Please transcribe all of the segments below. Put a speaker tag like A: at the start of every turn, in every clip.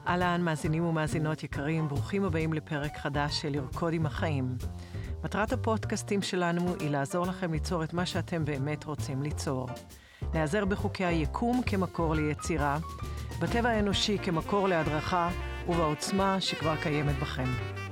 A: אהלן, מאזינים ומאזינות יקרים, ברוכים הבאים לפרק חדש של לרקוד עם החיים. מטרת הפודקאסטים שלנו היא לעזור לכם ליצור את מה שאתם באמת רוצים ליצור. נעזר בחוקי היקום כמקור ליצירה, בטבע האנושי כמקור להדרכה ובעוצמה שכבר קיימת בכם.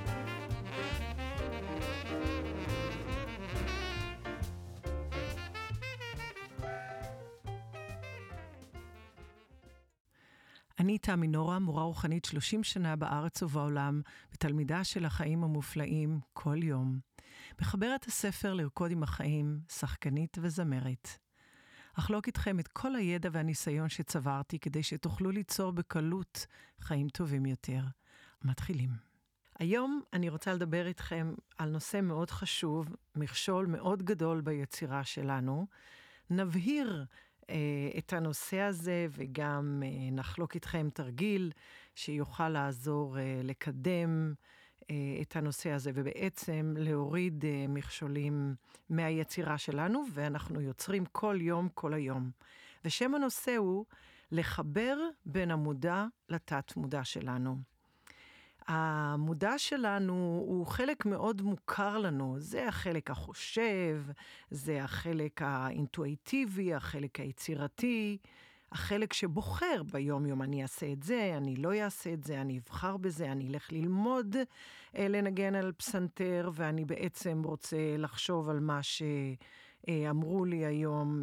A: אני תמי נורה, מורה רוחנית 30 שנה בארץ ובעולם, ותלמידה של החיים המופלאים כל יום. מחברת הספר לרקוד עם החיים, שחקנית וזמרת. אחלוק איתכם את כל הידע והניסיון שצברתי, כדי שתוכלו ליצור בקלות חיים טובים יותר. מתחילים. היום אני רוצה לדבר איתכם על נושא מאוד חשוב, מכשול מאוד גדול ביצירה שלנו. נבהיר את הנושא הזה, וגם נחלוק איתכם תרגיל שיוכל לעזור לקדם את הנושא הזה, ובעצם להוריד מכשולים מהיצירה שלנו, ואנחנו יוצרים כל יום, כל היום. ושם הנושא הוא לחבר בין המודע לתת מודע שלנו. המודע שלנו הוא חלק מאוד מוכר לנו, זה החלק החושב, זה החלק האינטואיטיבי, החלק היצירתי, החלק שבוחר ביום יום, אני אעשה את זה, אני לא אעשה את זה, אני אבחר בזה, אני אלך ללמוד לנגן על פסנתר, ואני בעצם רוצה לחשוב על מה שאמרו לי היום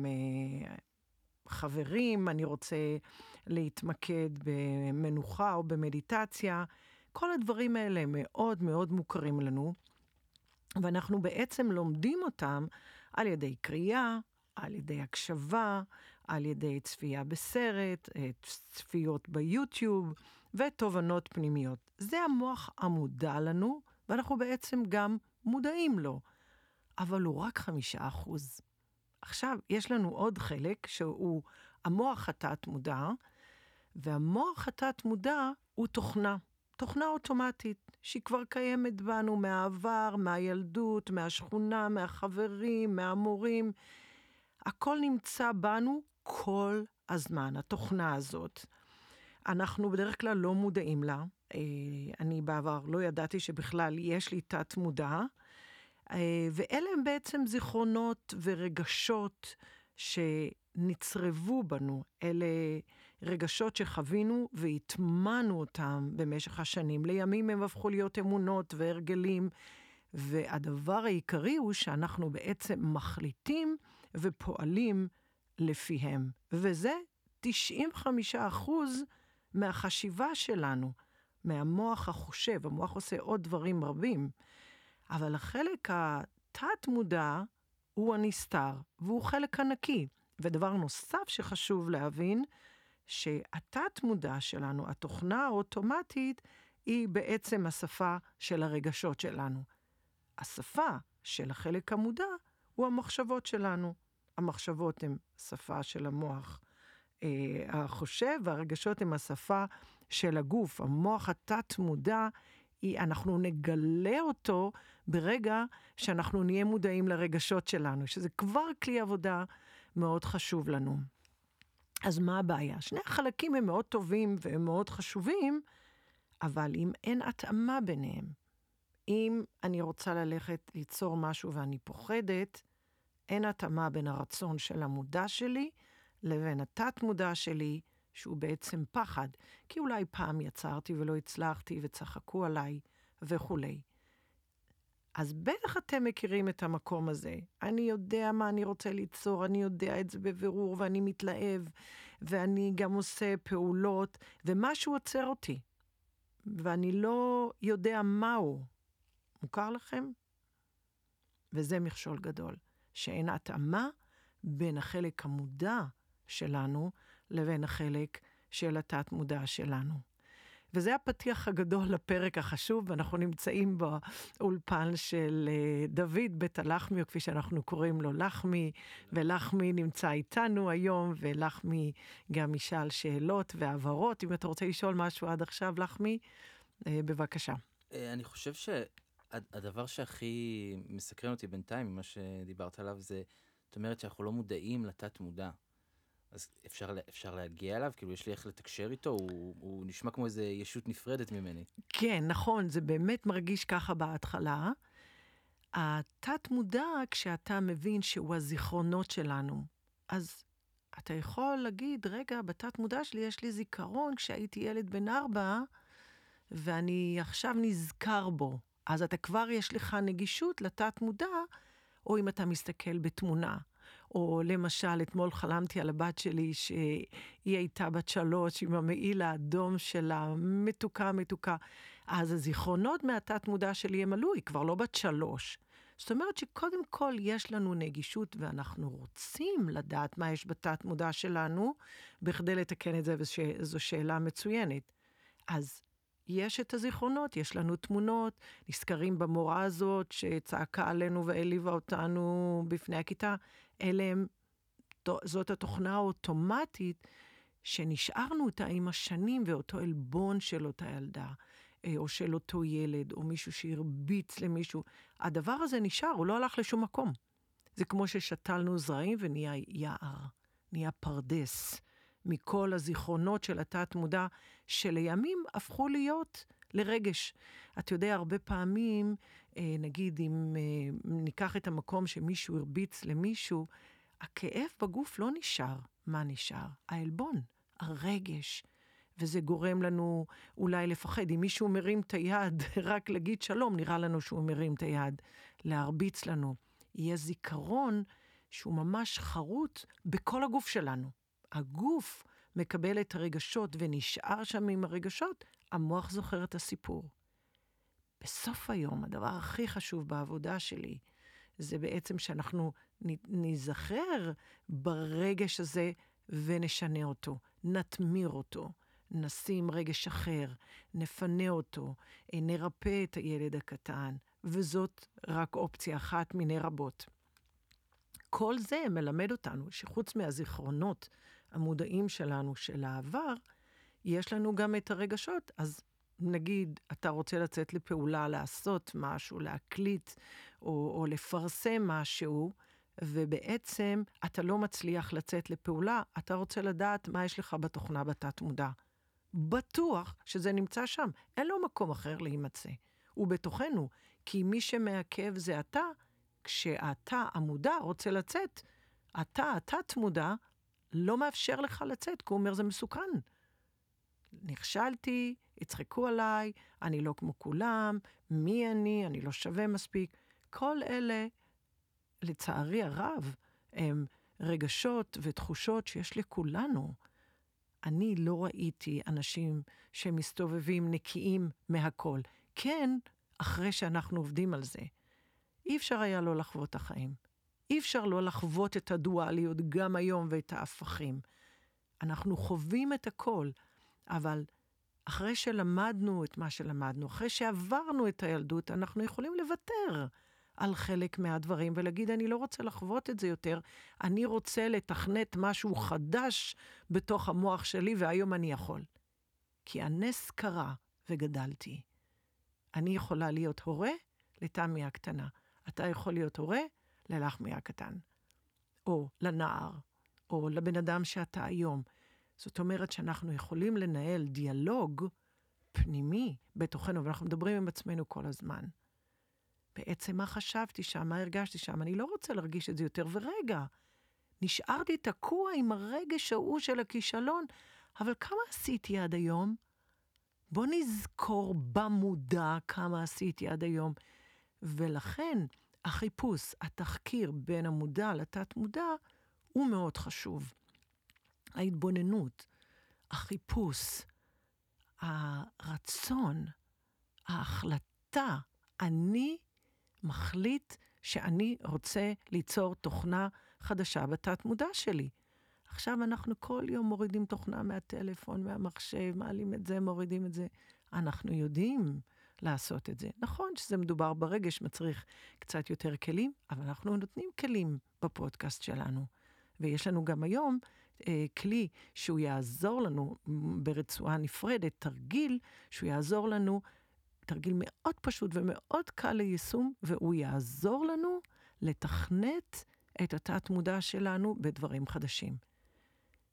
A: חברים, אני רוצה להתמקד במנוחה או במדיטציה. כל הדברים האלה מאוד מאוד מוכרים לנו, ואנחנו בעצם לומדים אותם על ידי קריאה, על ידי הקשבה, על ידי צפייה בסרט, צפיות ביוטיוב, ותובנות פנימיות. זה המוח המודע לנו, ואנחנו בעצם גם מודעים לו, אבל הוא רק 5%. עכשיו, יש לנו עוד חלק שהוא המוח התת מודע, והמוח התת מודע הוא תוכנה. תוכנה אוטומטית שהיא כבר קיימת בנו מהעבר, מהילדות, מהשכונה, מהחברים, מהמורים. הכל נמצא בנו כל הזמן, התוכנה הזאת. אנחנו בדרך כלל לא מודעים לה. אני בעבר לא ידעתי שבכלל יש לי תת מודע. ואלה הם בעצם זיכרונות ורגשות שנצרבו בנו. אלה רגשות שחווינו והתמנו אותם במשך השנים. לימים הם הפכו להיות אמונות והרגלים, והדבר העיקרי הוא שאנחנו בעצם מחליטים ופועלים לפיהם. וזה 95% מהחשיבה שלנו, מהמוח החושב. המוח עושה עוד דברים רבים, אבל החלק התת מודע הוא הנסתר, והוא חלק ענקי. ודבר נוסף שחשוב להבין, שהתת מודע שלנו, התוכנה האוטומטית, היא בעצם השפה של הרגשות שלנו. השפה של החלק המודע הוא המחשבות שלנו. המחשבות הן שפה של המוח החושב, והרגשות הן השפה של הגוף. המוח התת מודע, אנחנו נגלה אותו ברגע שאנחנו נהיה מודעים לרגשות שלנו, שזה כבר כלי עבודה מאוד חשוב לנו. אז מה הבעיה? שני החלקים הם מאוד טובים והם מאוד חשובים, אבל אם אין התאמה ביניהם, אם אני רוצה ללכת ליצור משהו ואני פוחדת, אין התאמה בין הרצון של המודע שלי לבין התת מודע שלי, שהוא בעצם פחד, כי אולי פעם יצרתי ולא הצלחתי וצחקו עליי וכו'. אז בטח אתם מכירים את המקום הזה. אני יודע מה אני רוצה ליצור, אני יודע את זה בבירור, ואני מתלהב, ואני גם עושה פעולות, ומשהו עוצר אותי, ואני לא יודע מהו. מוכר לכם? וזה מכשול גדול, שאין התאמה בין החלק המודע שלנו לבין החלק של התת מודע שלנו. וזה הפתיח הגדול לפרק החשוב, ואנחנו נמצאים באולפן של דוד בית הלחמי, או כפי שאנחנו קוראים לו לחמי, ולחמי נמצא איתנו היום, ולחמי גם ישאל שאלות והעברות. אם אתה רוצה לשאול משהו עד עכשיו, לחמי, בבקשה.
B: אני חושב שהדבר שהכי מסקרן אותי בינתיים, ממה שדיברת עליו, זה, זאת אומרת שאנחנו לא מודעים לתת מודע. אז אפשר להגיע אליו? כאילו, יש לי איך לתקשר איתו? הוא נשמע כמו איזה ישות נפרדת ממני.
A: כן, נכון, זה באמת מרגיש ככה בהתחלה. התת מודע, כשאתה מבין שהוא הזיכרונות שלנו, אז אתה יכול להגיד, רגע, בתת מודע שלי יש לי זיכרון כשהייתי ילד בן 4, ואני עכשיו נזכר בו. אז אתה כבר יש לך נגישות לתת מודע, או אם אתה מסתכל בתמונה. או למשל, אתמול חלמתי על הבת שלי שהיא הייתה בת 3 עם המעיל האדום שלה, מתוקה, מתוקה. אז הזיכרונות מהתת מודע שלי הם עלו, היא כבר לא בת 3. זאת אומרת שקודם כל יש לנו נגישות ואנחנו רוצים לדעת מה יש בתת מודע שלנו, בכדי לתקן את זה, וזו שאלה מצוינת. אז יש את הזיכרונות, יש לנו תמונות, נזכרים במורה הזאת שצעקה עלינו והעליבה אותנו בפני הכיתה. זאת התוכנה האוטומטית שנשארנו אותה עם השנים ואותו אלבון של אותה ילדה, או של אותו ילד, או מישהו שהרביץ למישהו. הדבר הזה נשאר, הוא לא הלך לשום מקום. זה כמו ששתלנו זרעים ונהיה יער, נהיה פרדס. מכל הזיכרונות של התת מודע, שלימים הפכו להיות לרגש. אתה יודע, הרבה פעמים, נגיד אם ניקח את המקום שמישהו הרביץ למישהו, הכאב בגוף לא נשאר. מה נשאר? העלבון, הרגש. וזה גורם לנו אולי לפחד. אם מישהו מרים את היד, רק להגיד שלום, נראה לנו שהוא מרים את היד. להרביץ לנו. יהיה זיכרון שהוא ממש חרוט בכל הגוף שלנו. הגוף מקבל את הרגשות ונשאר שם עם הרגשות, המוח זוכר את הסיפור. בסוף היום, הדבר הכי חשוב בעבודה שלי, זה בעצם שאנחנו נזכר ברגש הזה ונשנה אותו, נתמיר אותו, נשים רגש אחר, נפנה אותו, נרפא את הילד הקטן, וזאת רק אופציה אחת מיני רבות. כל זה מלמד אותנו שחוץ מהזיכרונות המודעים שלנו של העבר, יש לנו גם את הרגשות. אז נגיד, אתה רוצה לצאת לפעולה, לעשות משהו, להקליט או לפרסם משהו, ובעצם אתה לא מצליח לצאת לפעולה, אתה רוצה לדעת מה יש לך בתוכנה בתת מודע. בטוח שזה נמצא שם, אין לו מקום אחר להימצא. הוא בתוכנו, כי מי שמעכב זה אתה, כשאתה המודע רוצה לצאת, אתה תת-מודע, לא מאפשר לך לצאת, כי הוא אומר, זה מסוכן. נכשלתי, יצחקו עליי, אני לא כמו כולם, מי אני לא שווה מספיק. כל אלה, לצערי הרב, הם רגשות ותחושות שיש לכולנו. אני לא ראיתי אנשים שמסתובבים נקיים מהכל. כן, אחרי שאנחנו עובדים על זה. אי אפשר היה לא לחוות את החיים. אי אפשר לא לחוות את הדואליות גם היום ואת ההפכים. אנחנו חווים את הכל, אבל אחרי שלמדנו את מה שלמדנו, אחרי שעברנו את הילדות, אנחנו יכולים לוותר על חלק מהדברים ולהגיד, אני לא רוצה לחוות את זה יותר, אני רוצה לתכנת משהו חדש בתוך המוח שלי, והיום אני יכול. כי הנס קרה וגדלתי. אני יכולה להיות הורה לתמי הקטנה. אתה יכול להיות הורה ללחמי הקטן, או לנער, או לבן אדם שאתה היום. זאת אומרת שאנחנו יכולים לנהל דיאלוג פנימי בתוכנו, ואנחנו מדברים עם עצמנו כל הזמן. בעצם מה חשבתי שם, מה הרגשתי שם, אני לא רוצה להרגיש את זה יותר, ורגע, נשארתי תקוע עם הרגש ההוא של הכישלון, אבל כמה עשיתי עד היום? בוא נזכור במודע כמה עשיתי עד היום, ולכן החיפוש, התחקיר בין המודע לתת מודע, הוא מאוד חשוב. ההתבוננות, החיפוש, הרצון, ההחלטה, אני מחליט שאני רוצה ליצור תוכנה חדשה בתת מודע שלי. עכשיו אנחנו כל יום מורידים תוכנה מהטלפון, מהמחשב, מעלים את זה, מורידים את זה. אנחנו יודעים לעשות את זה. נכון שזה מדובר ברגש, מצריך קצת יותר כלים, אבל אנחנו נותנים כלים בפודקאסט שלנו. ויש לנו גם היום כלי שהוא יעזור לנו ברצועה נפרדת, תרגיל שהוא יעזור לנו, תרגיל מאוד פשוט ומאוד קל ליישום, והוא יעזור לנו לתכנת את התת מודע שלנו בדברים חדשים.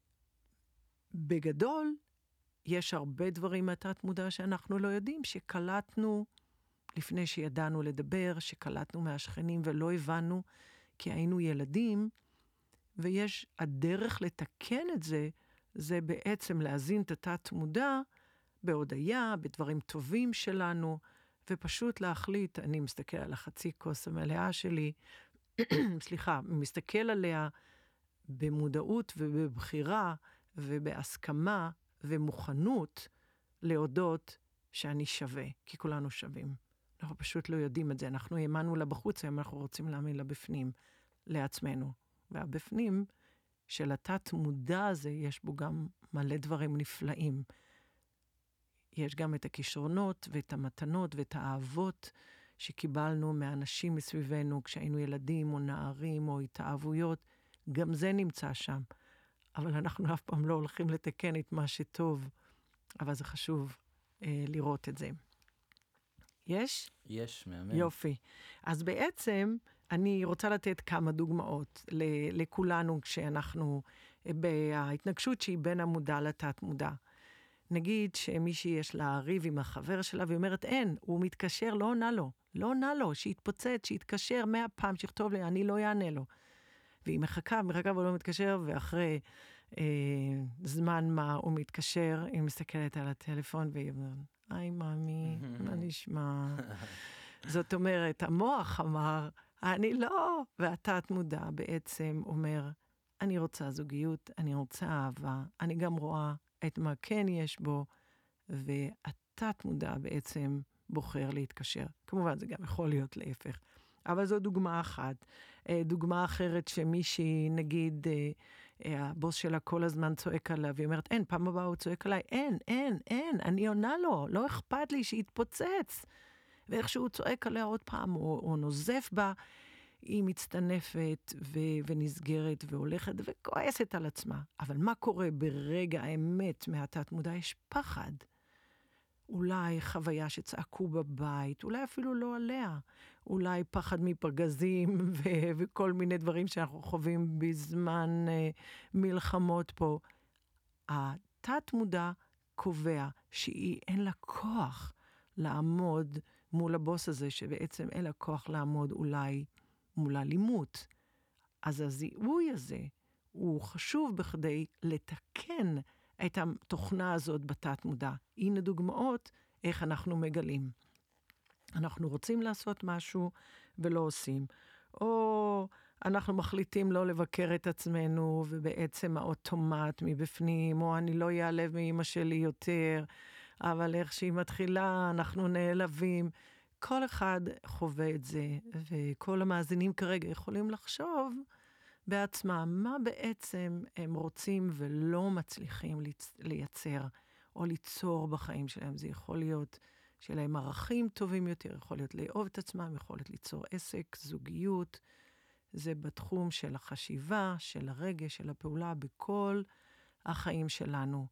A: בגדול, יש הרבה דברים מהתת מודע שאנחנו לא יודעים, שקלטנו לפני שידענו לדבר, שקלטנו מהשכנים ולא הבנו, כי היינו ילדים, ויש הדרך לתקן את זה, זה בעצם להזין את התת מודע בהודעה, בדברים טובים שלנו, ופשוט להחליט, אני מסתכל על החצי כוס המלאה שלי, סליחה, מסתכל עליה במודעות ובבחירה ובהסכמה ומוכנות להודות שאני שווה, כי כולנו שווים. אנחנו פשוט לא יודעים את זה. אנחנו האמנו לה בחוץ, היום אנחנו רוצים להאמין לה בפנים, לעצמנו. והבפנים של התת מודע הזה, יש בו גם מלא דברים נפלאים. יש גם את הכישרונות ואת המתנות ואת האהבות שקיבלנו מאנשים מסביבנו כשהיינו ילדים או נערים או התאהבויות. גם זה נמצא שם. אבל אנחנו אף פעם לא הולכים לתקן את מה שטוב. אבל זה חשוב לראות את זה. יש?
B: יש, מאמן.
A: יופי. אז בעצם אני רוצה לתת כמה דוגמאות לכולנו כשאנחנו בהתנגשות שהיא בין המודע לתת מודע. נגיד שמישהי יש לה ריב עם החבר שלה, והיא אומרת, אין, הוא מתקשר, לא עונה לו. לא עונה לו, שיתפוצץ, שיתקשר 100 פעם, שיכתוב לי, אני לא יענה לו. והיא מחכה ולא מתקשר, ואחרי זמן מה הוא מתקשר, היא מסתכלת על הטלפון, והיא אומרת, היי מאמי, מה נשמע? זאת אומרת, המוח אמר, אני לא, והתת מודע בעצם אומר, אני רוצה זוגיות, אני רוצה אהבה, אני גם רואה את מה כן יש בו, והתת מודע בעצם בוחר להתקשר. כמובן, זה גם יכול להיות להפך. אבל זו דוגמה אחת. דוגמה אחרת שמישהי, נגיד, הבוס שלה כל הזמן צועק עליו, והיא אומרת, אין, פעם הבאה הוא צועק עליי, אין, אני עונה לו, לא אכפת לי שיתפוצץ. ואיכשהו הוא צועק עליה עוד פעם, או נוזף בה, היא מצטנפת ונסגרת והולכת וכועסת על עצמה. אבל מה קורה ברגע האמת מהתת מודע? יש פחד. אולי חוויה שצעקו בבית, אולי אפילו לא עליה. אולי פחד מפגזים וכל מיני דברים שאנחנו חווים בזמן מלחמות פה. התת מודע קובע שהיא אין לה כוח לעמוד מול הבוס הזה, שבעצם אין לה כוח לעמוד אולי מול אלימות. אז הזיהוי הזה הוא חשוב בכדי לתקן את התוכנה הזאת בתת מודע. הנה דוגמאות איך אנחנו מגלים. אנחנו רוצים לעשות משהו ולא עושים. או אנחנו מחליטים לא לבקר את עצמנו, ובעצם האוטומט מבפנים, או אני לא יעלב מאמא שלי יותר, אבל איך שהיא מתחילה, אנחנו נעלבים. כל אחד חווה את זה, וכל המאזינים כרגע יכולים לחשוב בעצמם, מה בעצם הם רוצים ולא מצליחים לייצר, או ליצור בחיים שלהם. זה יכול להיות שלהם ערכים טובים יותר, יכול להיות לאהוב את עצמם, יכול להיות ליצור עסק, זוגיות. זה בתחום של החשיבה, של הרגש, של הפעולה, בכל החיים שלנו.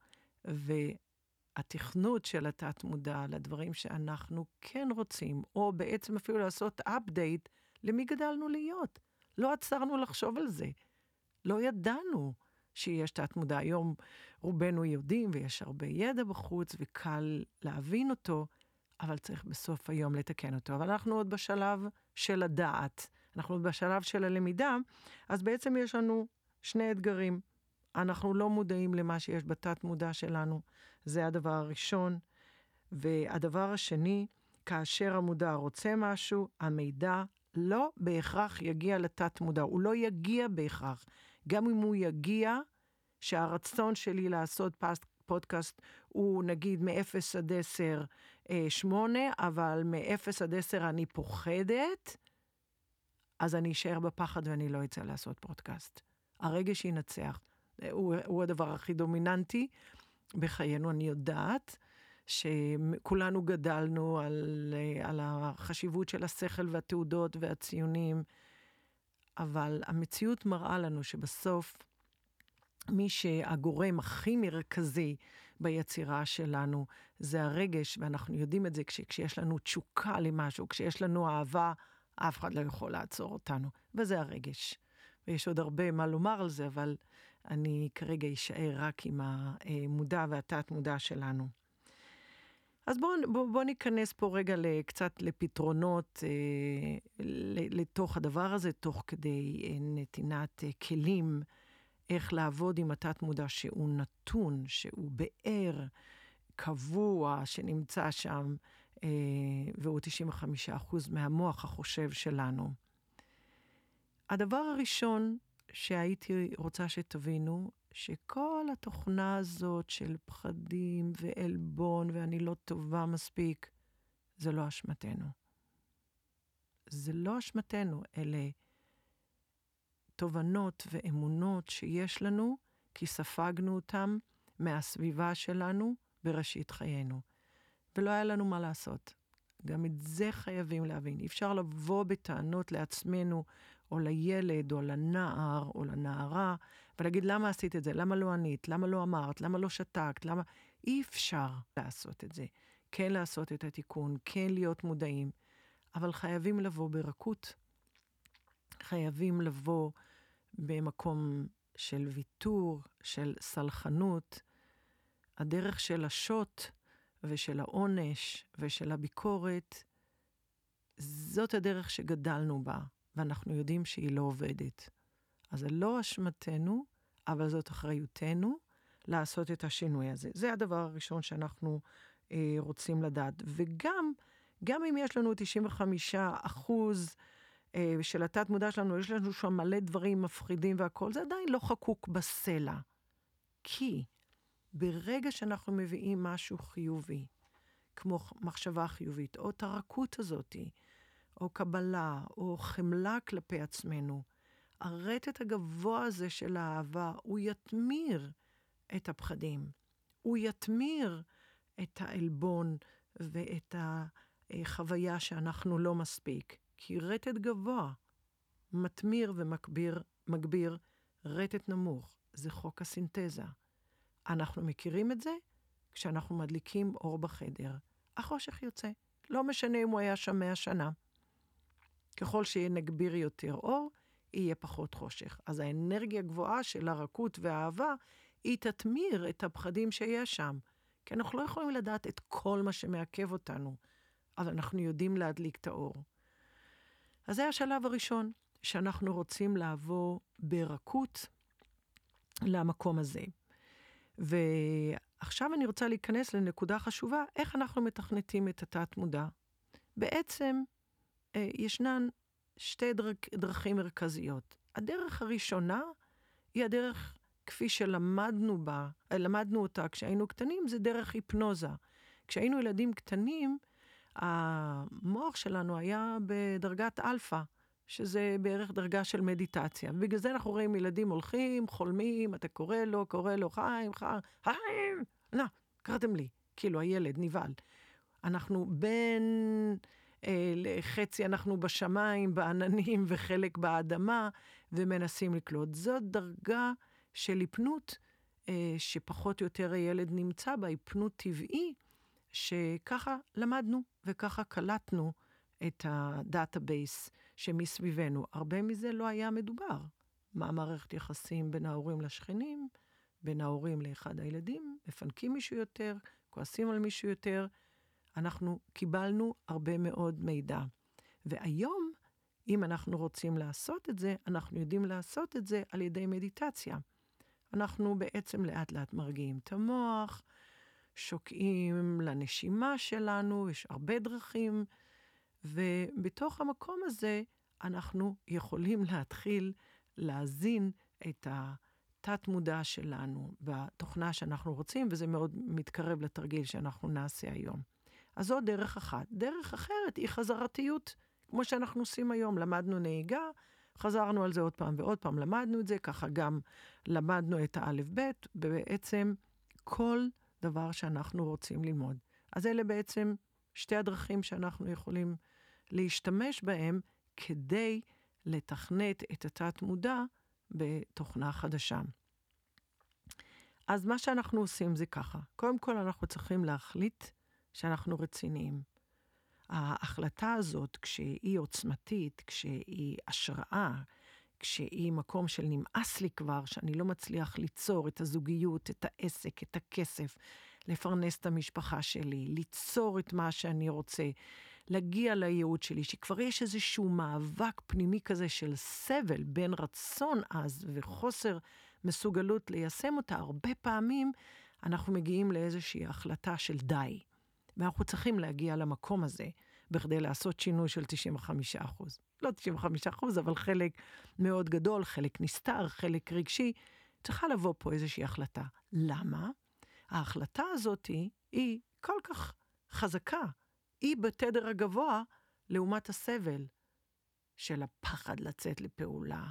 A: והתכנות של התת מודע לדברים שאנחנו כן רוצים, או בעצם אפילו לעשות update למי גדלנו להיות. לא עצרנו לחשוב על זה. לא ידענו שיש תת מודע. היום רובנו יודעים ויש הרבה ידע בחוץ וקל להבין אותו, אבל צריך בסוף היום לתקן אותו. אבל אנחנו עוד בשלב של הדעת. אנחנו עוד בשלב של הלמידה, אז בעצם יש לנו שני אתגרים. אנחנו לא מודעים למה שיש בתת מודע שלנו. זה הדבר הראשון. והדבר השני, כאשר המודע רוצה משהו, המידע לא בהכרח יגיע לתת מודע. הוא לא יגיע בהכרח. גם אם הוא יגיע, שהרצון שלי לעשות פודקאסט הוא נגיד מ-0 עד 10, 8, אבל מ-0 עד 10 אני פוחדת, אז אני אשאר בפחד ואני לא אצא לעשות פודקאסט. הרגש ינצח. הוא הדבר הכי דומיננטי בחיינו. אני יודעת שכולנו גדלנו על החשיבות של השכל והתעודות והציונים, אבל המציאות מראה לנו שבסוף מי שהגורם הכי מרכזי ביצירה שלנו זה הרגש, ואנחנו יודעים את זה כשיש לנו תשוקה למשהו, כשיש לנו אהבה, אף אחד לא יכול לעצור אותנו, וזה הרגש. ויש עוד הרבה מה לומר על זה, אבל אני כרגע אשאר רק עם המודע והתת מודע שלנו. אז בואו ניכנס פה רגע קצת לפתרונות לתוך הדבר הזה, תוך כדי נתינת כלים, איך לעבוד עם התת מודע שהוא נתון, שהוא באר, קבוע, שנמצא שם, והוא 95% מהמוח החושב שלנו. הדבר הראשון שהייתי רוצה שתבינו, שכל התוכנה הזאת של פחדים ואלבון ואני לא טובה מספיק, זה לא אשמתנו. זה לא אשמתנו, אלה תובנות ואמונות שיש לנו, כי ספגנו אותם מהסביבה שלנו בראשית חיינו. ולא היה לנו מה לעשות. גם את זה חייבים להבין. אי אפשר לבוא בטענות לעצמנו, או לילד, או לנער, או לנערה, ולהגיד, למה עשית את זה? למה לא ענית? למה לא אמרת? למה לא שתקת? למה... אי אפשר לעשות את זה. כן לעשות את התיקון, כן להיות מודעים, אבל חייבים לבוא ברכות. חייבים לבוא במקום של ויתור, של סלחנות. הדרך של השוט ושל העונש ושל הביקורת, זאת הדרך שגדלנו בה, ואנחנו יודעים שהיא לא עובדת. אז זה לא אשמתנו, אבל זאת אחריותנו לעשות את השינוי הזה. זה הדבר הראשון שאנחנו רוצים לדעת. וגם אם יש לנו 95% של התת מודע שלנו, יש לנו שם מלא דברים מפחידים והכל, זה עדיין לא חקוק בסלע. כי ברגע שאנחנו מביאים משהו חיובי, כמו מחשבה חיובית, או תרקות הזאת, או קבלה, או חמלה כלפי עצמנו, הרטט הגבוה הזה של האהבה, הוא יתמיר את הפחדים. הוא יתמיר את העלבון ואת החוויה שאנחנו לא מספיק. כי רטט גבוה מתמיר ומגביר רטט נמוך. זה חוק הסינתזה. אנחנו מכירים את זה כשאנחנו מדליקים אור בחדר. החושך יוצא. לא משנה אם הוא היה שם 100 שנה. ככל שנגביר יותר אור, יהיה פחות חושך. אז האנרגיה הגבוהה של הרכות והאהבה, היא תתמיר את הפחדים שיש שם. כי אנחנו לא יכולים לדעת את כל מה שמעכב אותנו, אבל אנחנו יודעים להדליק את האור. אז זה השלב הראשון, שאנחנו רוצים לעבור ברכות למקום הזה. ועכשיו אני רוצה להיכנס לנקודה חשובה, איך אנחנו מתכנתים את התת מודע. בעצם ישנן שתי דרכים מרכזיות. הדרך הראשונה היא הדרך כפי שלמדנו אותה כשהיינו קטנים, זה דרך היפנוזה. כשהיינו ילדים קטנים, המוח שלנו היה בדרגת אלפא, שזה בערך דרגה של מדיטציה. ובגלל זה אנחנו רואים ילדים הולכים, חולמים, אתה קורא לו, חיים, לא, קראתם לי. כאילו הילד נבעל. אנחנו בין לחצי, אנחנו בשמיים, בעננים וחלק באדמה, ומנסים לקלוט. זאת דרגה של היפנות, שפחות או יותר הילד נמצא בה, היפנות טבעי, שככה למדנו וככה קלטנו את הדאטאבייס שמסביבנו. הרבה מזה לא היה מדובר. מה מערכת יחסים בין ההורים לשכנים, בין ההורים לאחד הילדים, מפנקים מישהו יותר, כועסים על מישהו יותר. אנחנו קיבלנו הרבה מאוד מידע. והיום, אם אנחנו רוצים לעשות את זה, אנחנו יודעים לעשות את זה על ידי מדיטציה. אנחנו בעצם לאט לאט מרגיעים את המוח, שוקעים לנשימה שלנו, יש הרבה דרכים, ובתוך המקום הזה אנחנו יכולים להתחיל להזין את התת מודע שלנו בתוכנה שאנחנו רוצים, וזה מאוד מתקרב לתרגיל שאנחנו נעשה היום. אז זו דרך אחת. דרך אחרת היא חזרתיות, כמו שאנחנו עושים היום. למדנו נהיגה, חזרנו על זה עוד פעם ועוד פעם, למדנו את זה, ככה גם למדנו את האלף בית, ובעצם כל דבר שאנחנו רוצים ללמוד. אז אלה בעצם שתי הדרכים שאנחנו יכולים להשתמש בהם כדי לתכנת את התת מודע בתוכנה חדשה. אז מה שאנחנו עושים זה ככה. קודם כל אנחנו צריכים להחליט שאנחנו רציניים. ההחלטה הזאת, כשהיא עוצמתית, כשהיא השראה, כשהיא מקום של נמאס לי כבר, שאני לא מצליח ליצור את הזוגיות, את העסק, את הכסף, לפרנס את המשפחה שלי, ליצור את מה שאני רוצה, להגיע לייעוד שלי, שכבר יש איזשהו מאבק פנימי כזה של סבל בין רצון אז וחוסר מסוגלות ליישם אותה. הרבה פעמים אנחנו מגיעים לאיזושהי החלטה של די, ואנחנו צריכים להגיע למקום הזה, בכדי לעשות שינוי של 95%. לא 95%, אבל חלק מאוד גדול, חלק נסתר, חלק רגשי. צריכה לבוא פה איזושהי החלטה. למה? ההחלטה הזאת היא כל כך חזקה. היא בתדר הגבוה לעומת הסבל של הפחד לצאת לפעולה,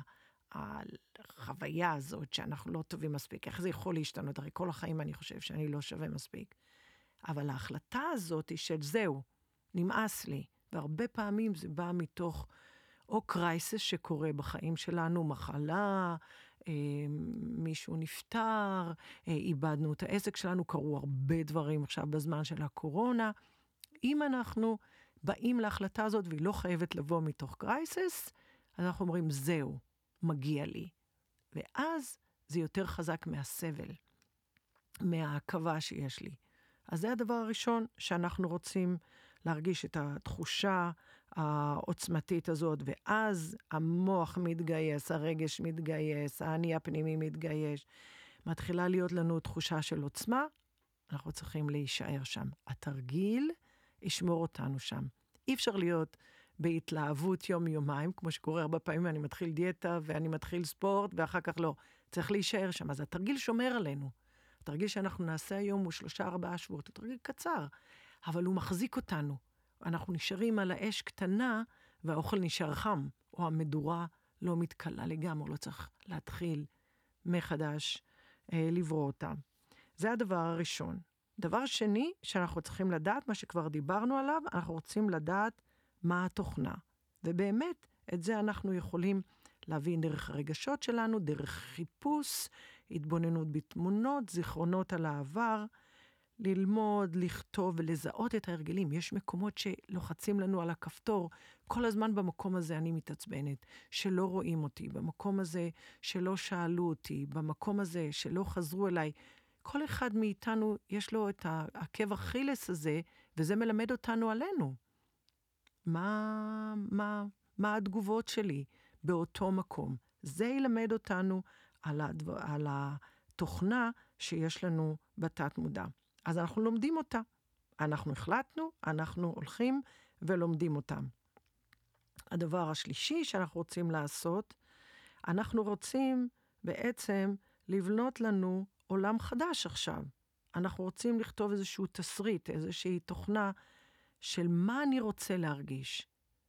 A: החוויה הזאת שאנחנו לא טובים מספיק. איך זה יכול להשתנות? הרי כל החיים אני חושב שאני לא שווה מספיק. אבל ההחלטה הזאת היא של זהו, נמאס לי. והרבה פעמים זה בא מתוך או קרייסס שקורה בחיים שלנו, מחלה, מישהו נפטר, איבדנו את העסק שלנו, קרו הרבה דברים עכשיו בזמן של הקורונה. אם אנחנו באים להחלטה הזאת והיא לא חייבת לבוא מתוך קרייסס, אז אנחנו אומרים זהו, מגיע לי. ואז זה יותר חזק מהסבל, מהעכבה שיש לי. אז זה הדבר הראשון שאנחנו רוצים להרגיש את התחושה העוצמתית הזאת, ואז המוח מתגייס, הרגש מתגייס, האני הפנימי מתגייס, מתחילה להיות לנו תחושה של עוצמה, אנחנו צריכים להישאר שם. התרגיל ישמור אותנו שם. אי אפשר להיות בהתלהבות יום-יומיים, כמו שקורה הרבה פעמים, אני מתחיל דיאטה ואני מתחיל ספורט, ואחר כך לא. צריך להישאר שם. אז התרגיל שומר עלינו. התרגיל שאנחנו נעשה היום הוא 3-4 שבועות, הוא תרגיל קצר, אבל הוא מחזיק אותנו. אנחנו נשארים על האש קטנה, והאוכל נשאר חם, או המדורה לא מתקלה לגמרי, לא צריך להתחיל מחדש לברוא אותם. זה הדבר הראשון. דבר שני, שאנחנו צריכים לדעת, מה שכבר דיברנו עליו, אנחנו רוצים לדעת מה התוכנה. ובאמת, את זה אנחנו יכולים להבין דרך הרגשות שלנו, דרך חיפוש, התבוננות בתמונות, זיכרונות על העבר, ללמוד, לכתוב ולזהות את ההרגלים. יש מקומות שלוחצים לנו על הכפתור, כל הזמן במקום הזה אני מתעצבנת, שלא רואים אותי, במקום הזה שלא שאלו אותי, במקום הזה שלא חזרו אליי. כל אחד מאיתנו יש לו את העקב אכילס הזה, וזה מלמד אותנו עלינו. מה התגובות שלי באותו מקום? זה ילמד אותנו על התוכנה שיש לנו בתת מודע. אז אנחנו לומדים אותה. אנחנו החלטנו, אנחנו הולכים ולומדים אותם. הדבר השלישי שאנחנו רוצים לעשות, אנחנו רוצים בעצם לבנות לנו עולם חדש עכשיו. אנחנו רוצים לכתוב איזשהו תסריט, איזושהי תוכנה של מה אני רוצה להרגיש.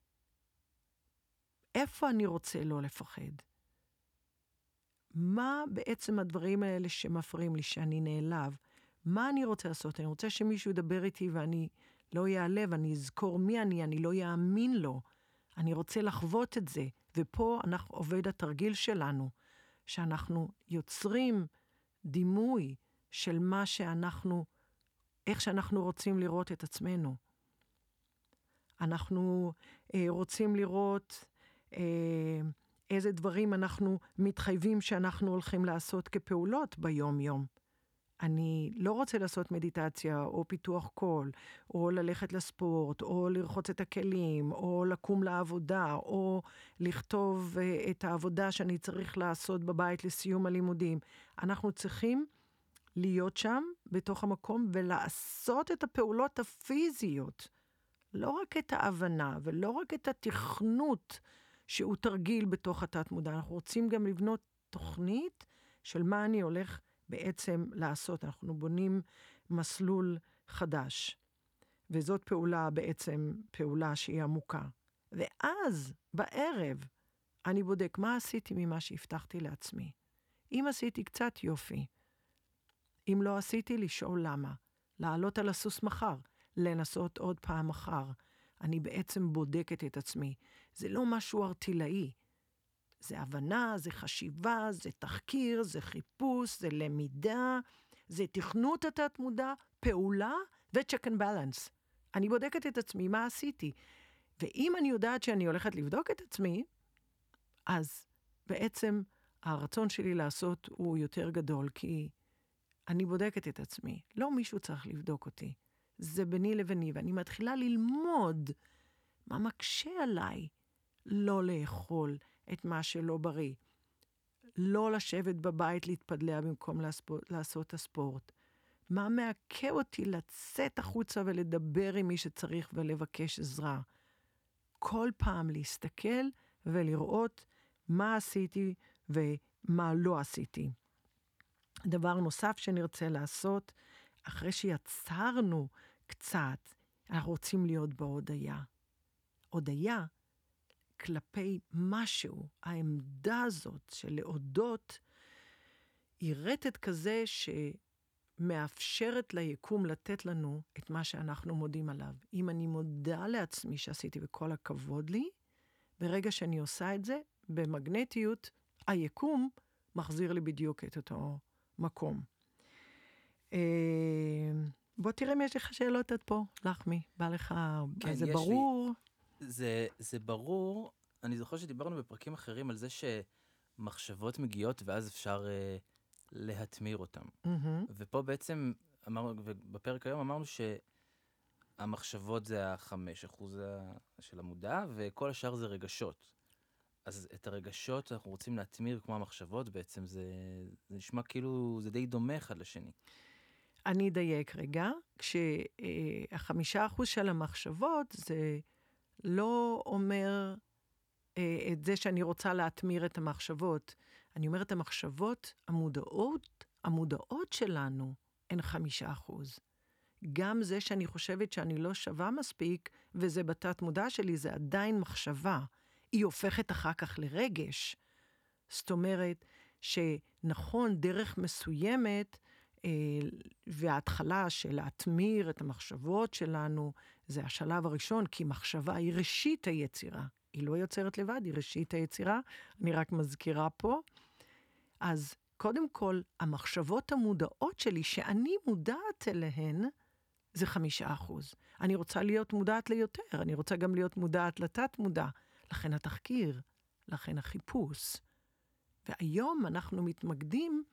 A: איפה אני רוצה לא לפחד? מה בעצם הדברים האלה שמפריעים לי, שאני נעלב? מה אני רוצה לעשות? אני רוצה שמישהו ידבר איתי ואני לא יעלב, אני אזכור מי אני לא יאמין לו. אני רוצה לחוות את זה. ופה אנחנו עובד התרגיל שלנו, שאנחנו יוצרים דימוי של מה שאנחנו, איך שאנחנו רוצים לראות את עצמנו. אנחנו רוצים לראות איזה דברים אנחנו מתחייבים שאנחנו הולכים לעשות כפעולות ביום-יום. אני לא רוצה לעשות מדיטציה או פיתוח קול, או ללכת לספורט, או לרחוץ את הכלים, או לקום לעבודה, או לכתוב את העבודה שאני צריך לעשות בבית לסיום הלימודים. אנחנו צריכים להיות שם בתוך המקום ולעשות את הפעולות הפיזיות. לא רק את ההבנה ולא רק את התכנות שהוא תרגיל בתוך התת מודע. אנחנו רוצים גם לבנות תוכנית של מה אני הולך בעצם לעשות. אנחנו בונים מסלול חדש. וזאת פעולה בעצם פעולה שהיא עמוקה. ואז בערב אני בודק מה עשיתי ממה שהבטחתי לעצמי. אם עשיתי קצת יופי. אם לא עשיתי, לשאול למה. לעלות על הסוס מחר. לנסות עוד פעם מחר. אני בעצם בודקת את עצמי. זה לא משהו ארטילאי. זה הבנה, זה חשיבה, זה תחקיר, זה חיפוש, זה למידה, זה תכנות התת מודע, פעולה ו-check and balance. אני בודקת את עצמי, מה עשיתי? ואם אני יודעת שאני הולכת לבדוק את עצמי, אז בעצם הרצון שלי לעשות הוא יותר גדול, כי אני בודקת את עצמי. לא מישהו צריך לבדוק אותי. זה ביני לביני, ואני מתחילה ללמוד מה מקשה עליי לא לאכול את מה שלא בריא. לא לשבת בבית להתפדלע במקום לעשות את הספורט. מה מעכב אותי לצאת החוצה ולדבר עם מי שצריך ולבקש עזרה. כל פעם להסתכל ולראות מה עשיתי ומה לא עשיתי. דבר נוסף שנרצה לעשות, אחרי שיצרנו קצת, אנחנו רוצים להיות בהודיה. הודיה כלפי משהו, העמדה הזאת של להודות, היא רטט כזה שמאפשרת ליקום לתת לנו את מה שאנחנו מודים עליו. אם אני מודה לעצמי שעשיתי וכל הכבוד לי, ברגע שאני עושה את זה, במגנטיות, היקום מחזיר לי בדיוק את אותו מקום. בוא תראה אם יש לך שאלות עד פה, לחמי, בא לך,
B: כן,
A: זה
B: יש
A: ברור?
B: זה ברור. אני זוכר שדיברנו בפרקים אחרים על זה שמחשבות מגיעות ואז אפשר להתמיר אותם. ופה בעצם ובפרק היום אמרנו שהמחשבות זה 5% של המודע, וכל השאר זה רגשות. אז את הרגשות אנחנו רוצים להתמיר כמו המחשבות, בעצם זה נשמע כאילו זה די דומה אחד לשני.
A: אני אדייק רגע, כש5% של המחשבות זה לא אומר את זה שאני רוצה להתמיר את המחשבות. אני אומרת, המחשבות המודעות שלנו הן 5%. גם זה שאני חושבת שאני לא שווה מספיק, וזה בתת מודע שלי, זה עדיין מחשבה. היא הופכת אחר כך לרגש. זאת אומרת, שנכון, דרך מסוימת, וההתחלה של להתמיר את המחשבות שלנו, זה השלב הראשון, כי מחשבה היא ראשית היצירה. היא לא יוצרת לבד, היא ראשית היצירה. אני רק מזכירה פה. אז קודם כל, המחשבות המודעות שלי, שאני מודעת אליהן, זה 5%. אני רוצה להיות מודעת ליותר, אני רוצה גם להיות מודעת לתת מודע. לכן התחקיר, לכן החיפוש. והיום אנחנו מתמקדים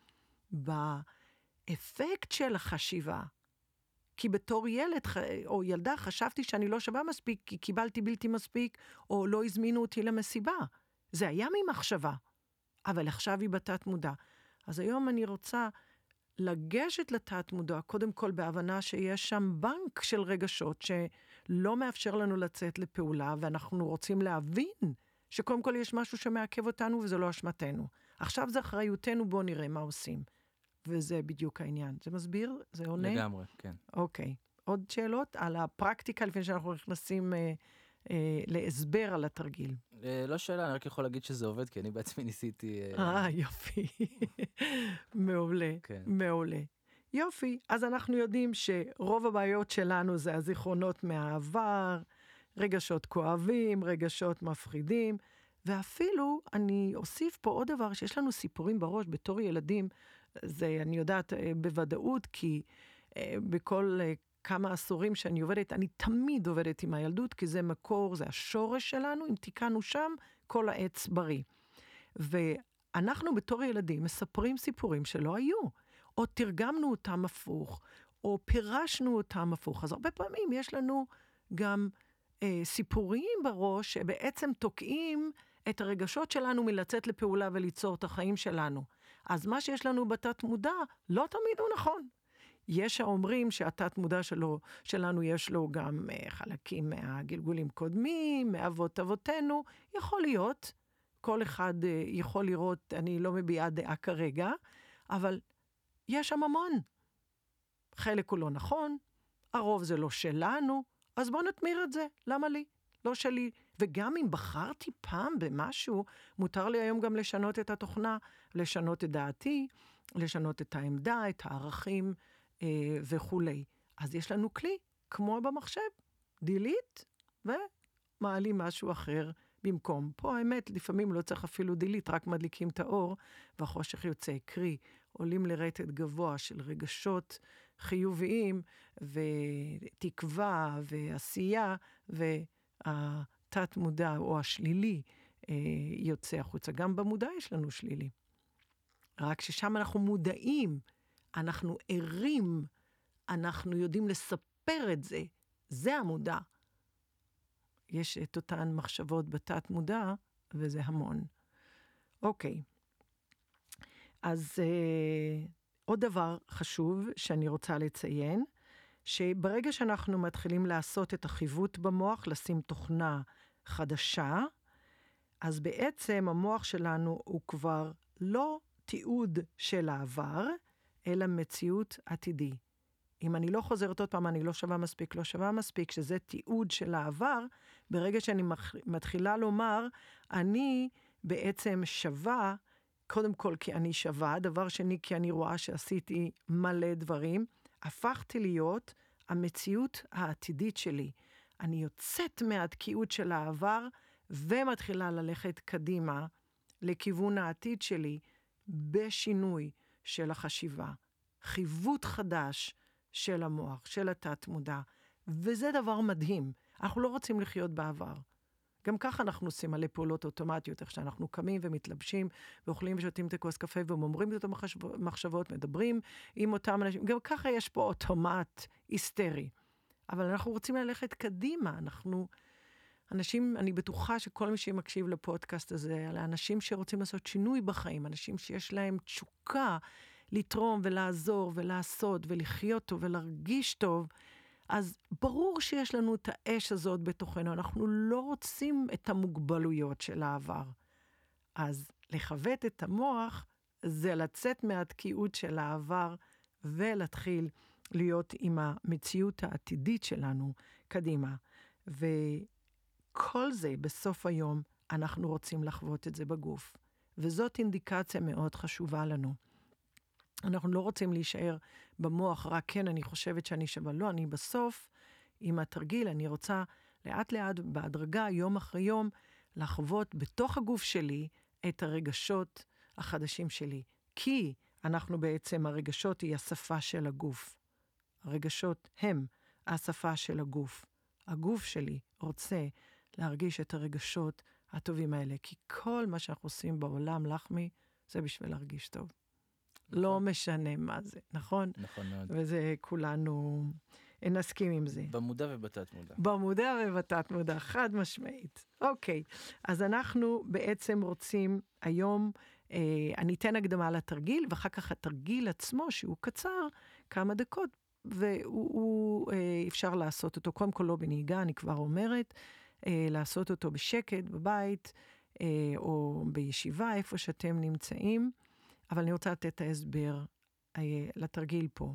A: באפקט של החשיבה. כי בתור ילד או ילדה חשבתי שאני לא שווה מספיק, כי קיבלתי בלתי מספיק, או לא הזמינו אותי למסיבה. זה היה ממחשבה, אבל עכשיו היא בתת מודע. אז היום אני רוצה לגשת לתת מודע, קודם כל בהבנה שיש שם בנק של רגשות, שלא מאפשר לנו לצאת לפעולה, ואנחנו רוצים להבין שקודם כל יש משהו שמעכב אותנו, וזה לא אשמתנו. עכשיו זה אחריותנו, בואו נראה מה עושים. וזה בדיוק העניין. זה מסביר? זה עונה?
B: לגמרי, כן.
A: אוקיי. עוד שאלות על הפרקטיקה, לפני שאנחנו נכנסים להסבר על התרגיל.
B: לא שאלה, אני רק יכול להגיד שזה עובד, כי אני בעצמי ניסיתי...
A: יופי. מעולה,
B: כן.
A: מעולה. יופי, אז אנחנו יודעים שרוב הבעיות שלנו זה הזיכרונות מהעבר, רגשות כואבים, רגשות מפחידים, ואפילו אני אוסיף פה עוד דבר, שיש לנו סיפורים בראש בתור ילדים, זה אני יודעת בוודאות, כי בכל כמה עשורים שאני עובדת, אני תמיד עובדת עם הילדות, כי זה מקור, זה השורש שלנו, אם תיקנו שם, כל העץ בריא. ואנחנו בתור ילדים מספרים סיפורים שלא היו, או תרגמנו אותם הפוך, או פירשנו אותם הפוך. אז הרבה פעמים יש לנו גם סיפורים בראש, שבעצם תוקעים את הרגשות שלנו מלצאת לפעולה וליצור את החיים שלנו. אז מה שיש לנו בתת מודע, לא תמיד הוא נכון. יש האומרים שהתת מודע שלנו יש לו גם חלקים מהגלגולים קודמים, מאבות אבותינו, יכול להיות, כל אחד יכול לראות, אני לא מביעה דעה כרגע, אבל יש שם המון. חלק הוא לא נכון, הרוב זה לא שלנו, אז בוא נתמיר את זה, למה לי? לא שלי. וגם אם בחרתי פעם במשהו, מותר לי היום גם לשנות את התוכנה, לשנות את דעתי, לשנות את העמדה, את הערכים וכו'. אז יש לנו כלי, כמו במחשב, דילית, ומעלים משהו אחר במקום. פה האמת, לפעמים לא צריך אפילו דילית, רק מדליקים את האור, והחושך יוצא, קרי, עולים לרטט גבוה של רגשות חיוביים, ותקווה, ועשייה, והתת מודע או השלילי יוצא החוצה. גם במודע יש לנו שלילי. רק ששם אנחנו מודעים, אנחנו ערים, אנחנו יודעים לספר את זה. זה המודע. יש את אותן מחשבות בתת מודע, וזה המון. אוקיי. אז עוד דבר חשוב שאני רוצה לציין, שברגע שאנחנו מתחילים לעשות את החיווט במוח, לשים תוכנה חדשה, אז בעצם המוח שלנו הוא כבר לא תיעוד של העבר, אלא מציאות עתידי. אם אני לא חוזרת עוד פעם, אני לא שווה מספיק, שזה תיעוד של העבר, ברגע שאני מתחילה לומר, אני בעצם שווה, קודם כל כי אני שווה, דבר שני כי אני רואה שעשיתי מלא דברים, הפכתי להיות המציאות העתידית שלי. אני יוצאת מהתקיעות של העבר, ומתחילה ללכת קדימה לכיוון העתיד שלי, בשינוי של החשיבה. חיווט חדש של המוח, של התת מודע. וזה דבר מדהים. אנחנו לא רוצים לחיות בעבר. גם ככה אנחנו עושים מלא פעולות אוטומטיות, איך שאנחנו קמים ומתלבשים, ואוכלים ושותים את הכוס קפה, ואומרים את אותם מחשבות, מדברים עם אותם אנשים. גם ככה יש פה אוטומט היסטרי. אבל אנחנו רוצים ללכת קדימה. אנשים, אני בטוחה שכל מי שמקשיב לפודקאסט הזה, על האנשים שרוצים לעשות שינוי בחיים, אנשים שיש להם תשוקה לתרום ולעזור ולעשות ולחיות טוב ולהרגיש טוב, אז ברור שיש לנו את האש הזאת בתוכנו, אנחנו לא רוצים את המוגבלויות של העבר. אז לחוות את המוח זה לצאת מהתקיעות של העבר ולהתחיל להיות עם המציאות העתידית שלנו קדימה. וכל זה בסוף היום אנחנו רוצים לחוות את זה בגוף. וזאת אינדיקציה מאוד חשובה לנו. אנחנו לא רוצים להישאר במוח, רק כן, אני חושבת שאני שווה. לא, אני בסוף, עם התרגיל, אני רוצה לאט לאט, בהדרגה, יום אחרי יום, לחוות בתוך הגוף שלי את הרגשות החדשים שלי. כי אנחנו בעצם, הרגשות היא השפה של הגוף. הרגשות הם השפה של הגוף. הגוף שלי רוצה להרגיש את הרגשות הטובים האלה, כי כל מה שאנחנו עושים בעולם, לחמי, זה בשביל להרגיש טוב. נכון. לא משנה מה זה, נכון?
B: נכון מאוד.
A: וזה כולנו נסכים עם זה.
B: במודע ובתת מודע.
A: במודע ובתת מודע, חד משמעית. אוקיי, אז אנחנו בעצם רוצים היום, אני אתן הקדמה לתרגיל, ואחר כך התרגיל עצמו, שהוא קצר, כמה דקות, והוא אפשר לעשות אותו, קודם כל לא בנהיגה, אני כבר אומרת, לעשות אותו בשקט, בבית, או בישיבה, איפה שאתם נמצאים, אבל אני רוצה לתת את ההסבר לתרגיל פה.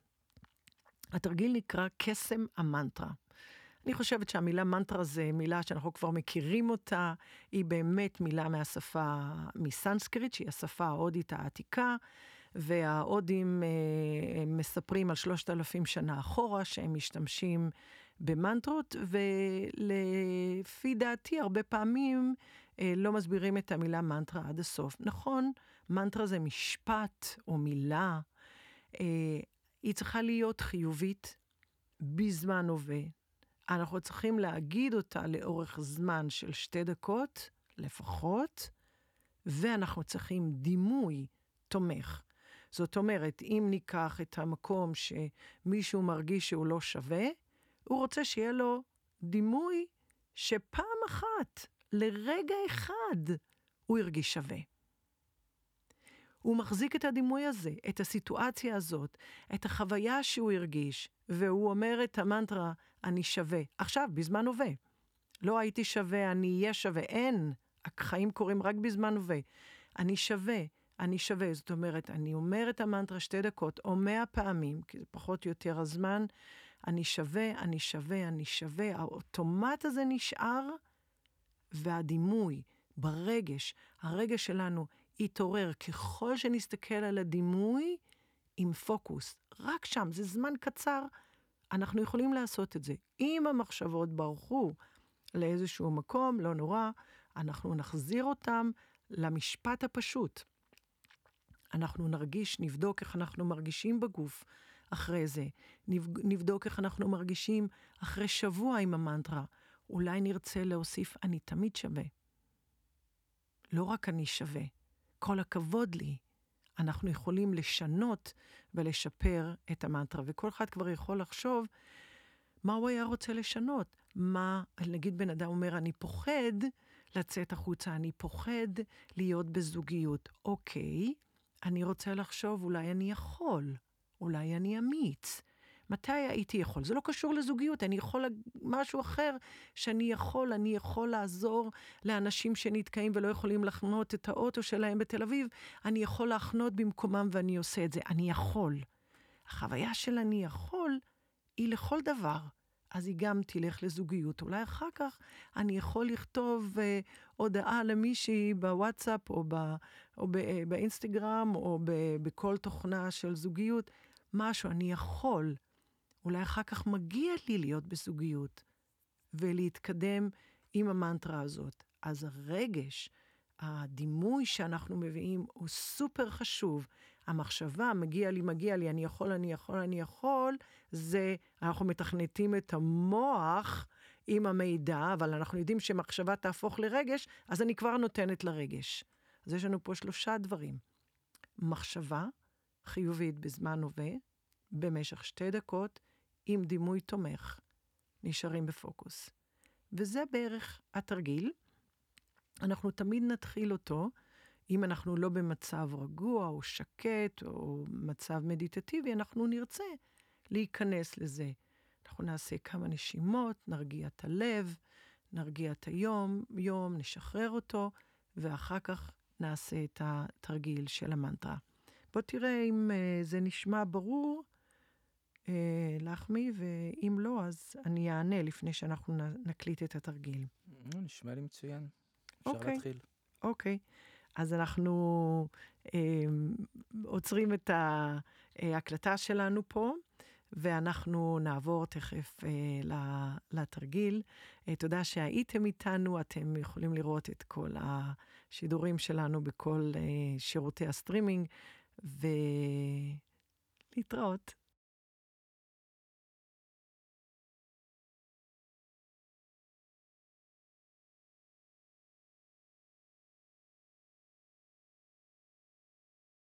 A: התרגיל נקרא קסם המנטרה. אני חושבת שהמילה מנטרה זה מילה שאנחנו כבר מכירים אותה, היא באמת מילה מהשפה, מסנסקריט, שהיא השפה ההודית העתיקה, וההודים מספרים על 3,000 שנה אחורה, שהם משתמשים במנטרות, ולפי דעתי הרבה פעמים לא מסבירים את המילה מנטרה עד הסוף. נכון, מנטרה זה משפט או מילה, היא צריכה להיות חיובית בזמן הווה. אנחנו צריכים להגיד אותה לאורך זמן של 2 דקות לפחות, ואנחנו צריכים דימוי תומך. זאת אומרת, אם ניקח את המקום שמישהו מרגיש שהוא לא שווה, הוא רוצה שיהיה לו דימוי שפעם אחת, לרגע אחד, הוא ירגיש שווה. הוא מחזיק את הדימוי הזה, את הסיטואציה הזאת, את החוויה שהוא הרגיש, והוא אומר את המנטרה, אני שווה. עכשיו, בזמן הווה. לא הייתי שווה, אני אהיה שווה. אין. החיים קורים רק בזמן הווה. אני שווה, אני שווה. זאת אומרת, אני אומר את המנטרה 2 דקות, או 100 פעמים, כי זה פחות או יותר הזמן, אני שווה, אני שווה, אני שווה. האוטומט הזה נשאר, והדימוי ברגש, הרגש שלנו יתעורר. ככל שנסתכל על הדימוי עם פוקוס, רק שם, זה זמן קצר, אנחנו יכולים לעשות את זה. אם המחשבות ברחו לאיזשהו מקום, לא נורא, אנחנו נחזיר אותם למשפט הפשוט. אנחנו נרגיש, נבדוק איך אנחנו מרגישים בגוף אחרי זה. נבדוק איך אנחנו מרגישים אחרי שבוע עם המנטרה. אולי נרצה להוסיף, אני תמיד שווה. לא רק אני שווה, כל הכבוד לי. אנחנו יכולים לשנות ולשפר את המנטרה, וכל אחד כבר יכול לחשוב מה הוא היה רוצה לשנות. מה, נגיד בן אדם אומר, אני פוחד לצאת החוצה, אני פוחד להיות בזוגיות. אוקיי, אני רוצה לחשוב, אולי אני יכול, אולי אני אמיץ. מתי הייתי יכול? זה לא קשור לזוגיות, אני יכול משהו אחר שאני יכול לעזור לאנשים שנתקעים ולא יכולים לחנות את האוטו שלהם בתל אביב, אני יכול להחנות במקומם ואני עושה את זה, אני יכול. החוויה של אני יכול היא לכל דבר. אז היא גם תלך לזוגיות. אולי אחר כך אני יכול לכתוב הודעה למישהי בוואטסאפ או באינסטגרם או בכל תוכנה של זוגיות, משהו, אני יכול. אולי אחר כך מגיע לי להיות בזוגיות ולהתקדם עם המנטרה הזאת. אז הרגש, הדימוי שאנחנו מביאים הוא סופר חשוב. המחשבה, מגיע לי, אני יכול, זה, אנחנו מתכנתים את המוח עם המידע, אבל אנחנו יודעים שמחשבה תהפוך לרגש, אז אני כבר נותנת לרגש. אז יש לנו פה 3 דברים. מחשבה חיובית בזמן הווה, במשך 2 דקות, עם דימוי תומך, נשארים בפוקוס. וזה בערך התרגיל. אנחנו תמיד נתחיל אותו, אם אנחנו לא במצב רגוע או שקט או מצב מדיטטיבי, אנחנו נרצה להיכנס לזה. אנחנו נעשה כמה נשימות, נרגיע את הלב, נרגיע את היום, נשחרר אותו, ואחר כך נעשה את התרגיל של המנטרה. בוא תראה אם זה נשמע ברור לחמי, ואם לא, אז אני אענה לפני שאנחנו נקליט את התרגיל.
B: נשמע לי מצוין. אפשר להתחיל.
A: אוקיי. אז אנחנו עוצרים את ההקלטה שלנו פה, ואנחנו נעבור תכף לתרגיל. תודה שהייתם איתנו, אתם יכולים לראות את כל השידורים שלנו בכל שירותי הסטרימינג, ולהתראות.